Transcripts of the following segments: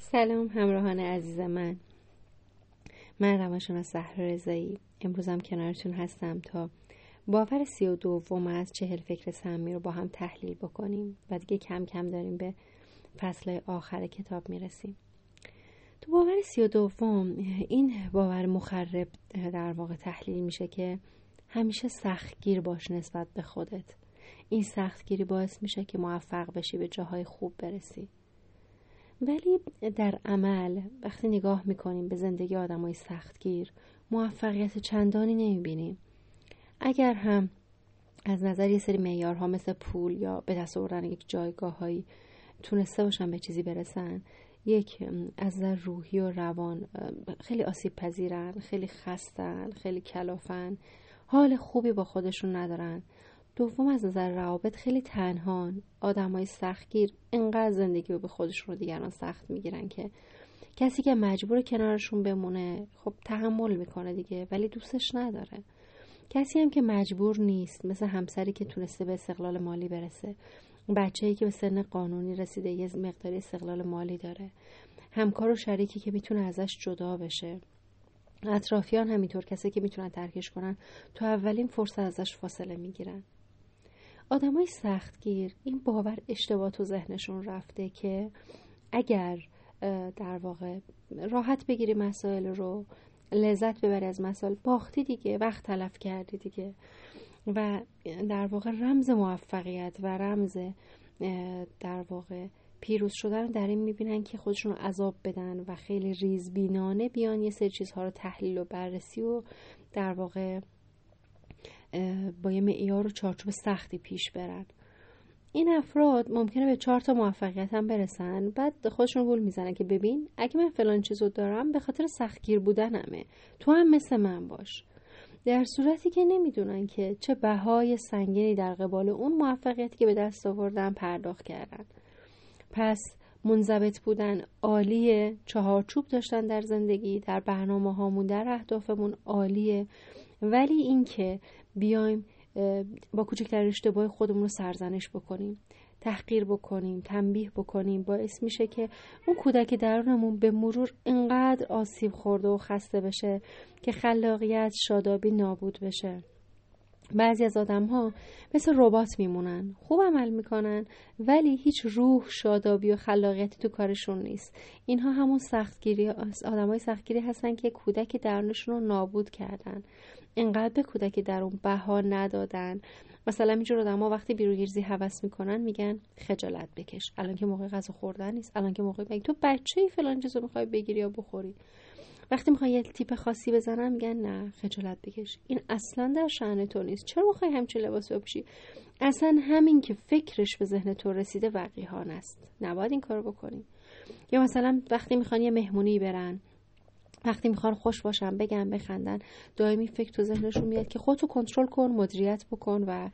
سلام همراهان عزیز من روانشناس زهرا رضایی. امروزم کنارتون هستم تا باور 32 از 40 فکر سمی رو با هم تحلیل بکنیم و دیگه کم کم داریم به فصل آخر کتاب میرسیم. تو باور 32 این باور مخرب در واقع تحلیل میشه که همیشه سختگیر باش نسبت به خودت. این سختگیری باعث میشه که موفق بشی، به جاهای خوب برسی. ولی در عمل وقتی نگاه میکنیم به زندگی آدمای سختگیر، موفقیت چندانی نمیبینیم. اگر هم از نظر یه سری معیارها مثل پول یا به دست آوردن یک جایگاهایی تونسته باشن به چیزی برسن، یک از نظر روحی و روان خیلی آسیب پذیرن، خیلی خستن، خیلی کلافن، حال خوبی با خودشون ندارن. دوم از نظر روابط خیلی تنهان. آدمای سختگیر انقدر زندگی رو به خودشون و دیگران سخت میگیرن که کسی که مجبور کنارشون بمونه خب تحمل میکنه دیگه، ولی دوستش نداره. کسی هم که مجبور نیست، مثل همسری که تونسته به استقلال مالی برسه، بچه‌ای که به سن قانونی رسیده یه مقداری استقلال مالی داره، همکار و شریکی که میتونه ازش جدا بشه، اطرافیان همینطور، کسی که میتونن ترکش کنن تو اولین فرصت ازش فاصله میگیرن. آدمای سختگیر این باور اشتباه تو ذهنشون رفته که اگر در واقع راحت بگیری مسائل رو، لذت ببری از مسائل، باختی دیگه، وقت تلف کردی دیگه. و در واقع رمز موفقیت و رمز در واقع پیروز شدن در این میبینن که خودشون رو عذاب بدن و خیلی ریزبینانه بیان یه سری چیزها رو تحلیل و بررسی و در واقع با یه معیار و چارچوب سختی پیش برن. این افراد ممکنه به 4 تا موفقیت هم برسن، بعد خودشون گول میزنن که ببین اگه من فلان چیزو دارم به خاطر سختگیر بودنمه، تو هم مثل من باش. در صورتی که نمیدونن که چه بهای سنگینی در قبال اون موفقیتی که به دست آوردن پرداخت کردن. پس منضبط بودن عالیه، چهارچوب داشتن در زندگی، در برنامه هامون، در اهدافمون عالیه، ولی این که بیایم با کوچکترین اشتباه خودمون رو سرزنش بکنیم، تحقیر بکنیم، تنبیه بکنیم، باعث میشه که اون کودک درونمون به مرور انقدر آسیب خورده و خسته بشه که خلاقیت، شادابی نابود بشه. بعضی از آدم ها مثل ربات میمونن، خوب عمل میکنن ولی هیچ روح، شادابی و خلاقیتی تو کارشون نیست. اینها همون آدمای سختگیری هستن که کودک درونشون رو نابود کردن، انقدر به کودک درون بها ندادن. مثلا اینجور آدم‌ها وقتی بیروگیرزی هوس میکنن میگن خجالت بکش، الان که موقع غذا خوردن نیست، الان که موقع تو بچه‌ای فلان چیزو میخوای بگیری یا بخوری. وقتی میخوای یه تیپ خاصی بزنن میگن نه خجالت بکش، این اصلا در شأن تو نیست، چرا میخوای همچین لباس بپوشی؟ اصلا همین که فکرش به ذهن تو رسیده وقیحانه است، نباید این کارو بکنی. یا مثلا وقتی میخوان یه مهمونی برن، وقتی میخوان خوش باشن، بگن، بخندن، دائمی فکر تو ذهنشون میاد که خودتو کنترل کن، مدیریت بکن. و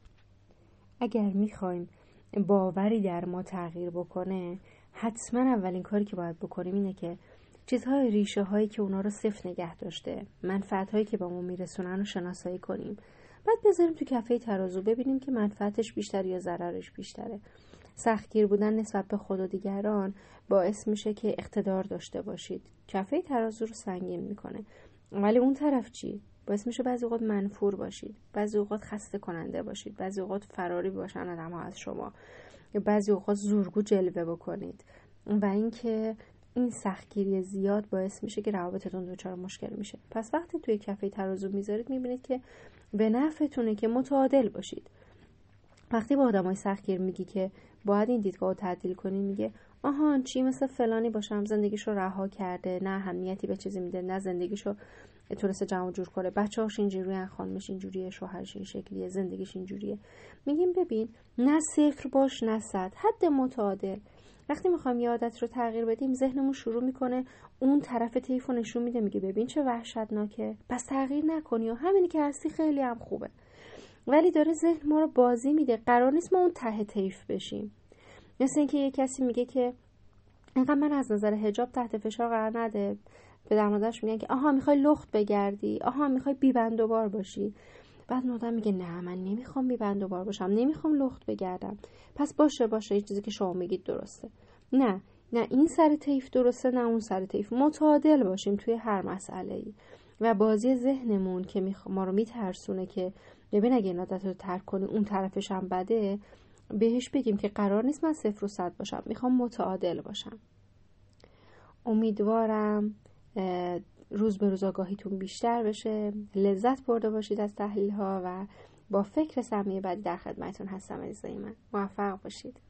اگر میخوایم باوری در ما تغییر بکنه، حتما اولین کاری که باید بکنیم اینه که چیزهای، ریشه هایی که اونا رو صفر نگه داشته، منفعت هایی که با ما میرسونن رو شناسایی کنیم، بعد بذاریم تو کفه ترازو ببینیم که منفعتش بیشتر یا ضررش بیشتره. سختگیر بودن نسبت به خود و دیگران باعث میشه که اقتدار داشته باشید، کفه ترازو رو سنگین میکنه. ولی اون طرف چی؟ باعث میشه بعضی اوقات منفور باشید، بعضی اوقات خسته کننده باشید، بعضی اوقات فراری باشن آدم‌ها از شما، بعضی اوقات زورگو جلوه بکنید. و اینکه این سختگیری زیاد باعث میشه که روابطتون دچار مشکل میشه. پس وقتی توی کفه ترازو میذارید میبینید که به نفعتونه که متعادل باشید. وقتی با آدمای سختگیر میگی که باید این دیدگاه رو تعدیل کنی، میگه آهان چی مثل فلانی باشم، زندگیشو رها کرده، نه اهمیتی به چیزی میده، نه زندگیشو تونسته جمع جور کنه، بچه‌هاش اینجوریه، خانمش اینجوریه، شوهرش این شکلیه، زندگیش اینجوریه. میگیم ببین نه صفر باش نه 100، حد متعادل. وقتی میخوایم یه عادت رو تغییر بدیم، ذهنمون شروع میکنه اون طرف طیفو نشون میده، میگه ببین چه وحشتناکه، پس تغییر نکنی و همینی که هستی خیلی هم خوبه. ولی داره ذهن ما رو بازی میده، قرار نیست ما اون ته طیف بشیم. مثل اینکه یه کسی میگه که اینقدر من از نظر حجاب تحت فشار قرار نده، به در موردش میگن که آها میخوای لخت بگردی، آها میخوای بی‌بند و بار باشی. بعد مادر میگه نه من نمیخوام بی‌بند و بار باشم، نمیخوام لخت بگردم. پس باشه این چیزی که شما میگید درسته. نه، نه این سر طیف درسته نه اون سر طیف. متعادل باشیم توی هر مسئله‌ای و بازی ذهنمون که ما رو میترسونه که ببین اگه این عادت رو ترک کنی اون طرفش هم بده، بهش بگیم که قرار نیست من 0 و 100 باشم، میخوام متعادل باشم. امیدوارم روز به روز آگاهیتون بیشتر بشه، لذت برده باشید از تحلیل ها و با فکر سمی بعدی در خدمتتون هستم. عزیزای من موفق باشید.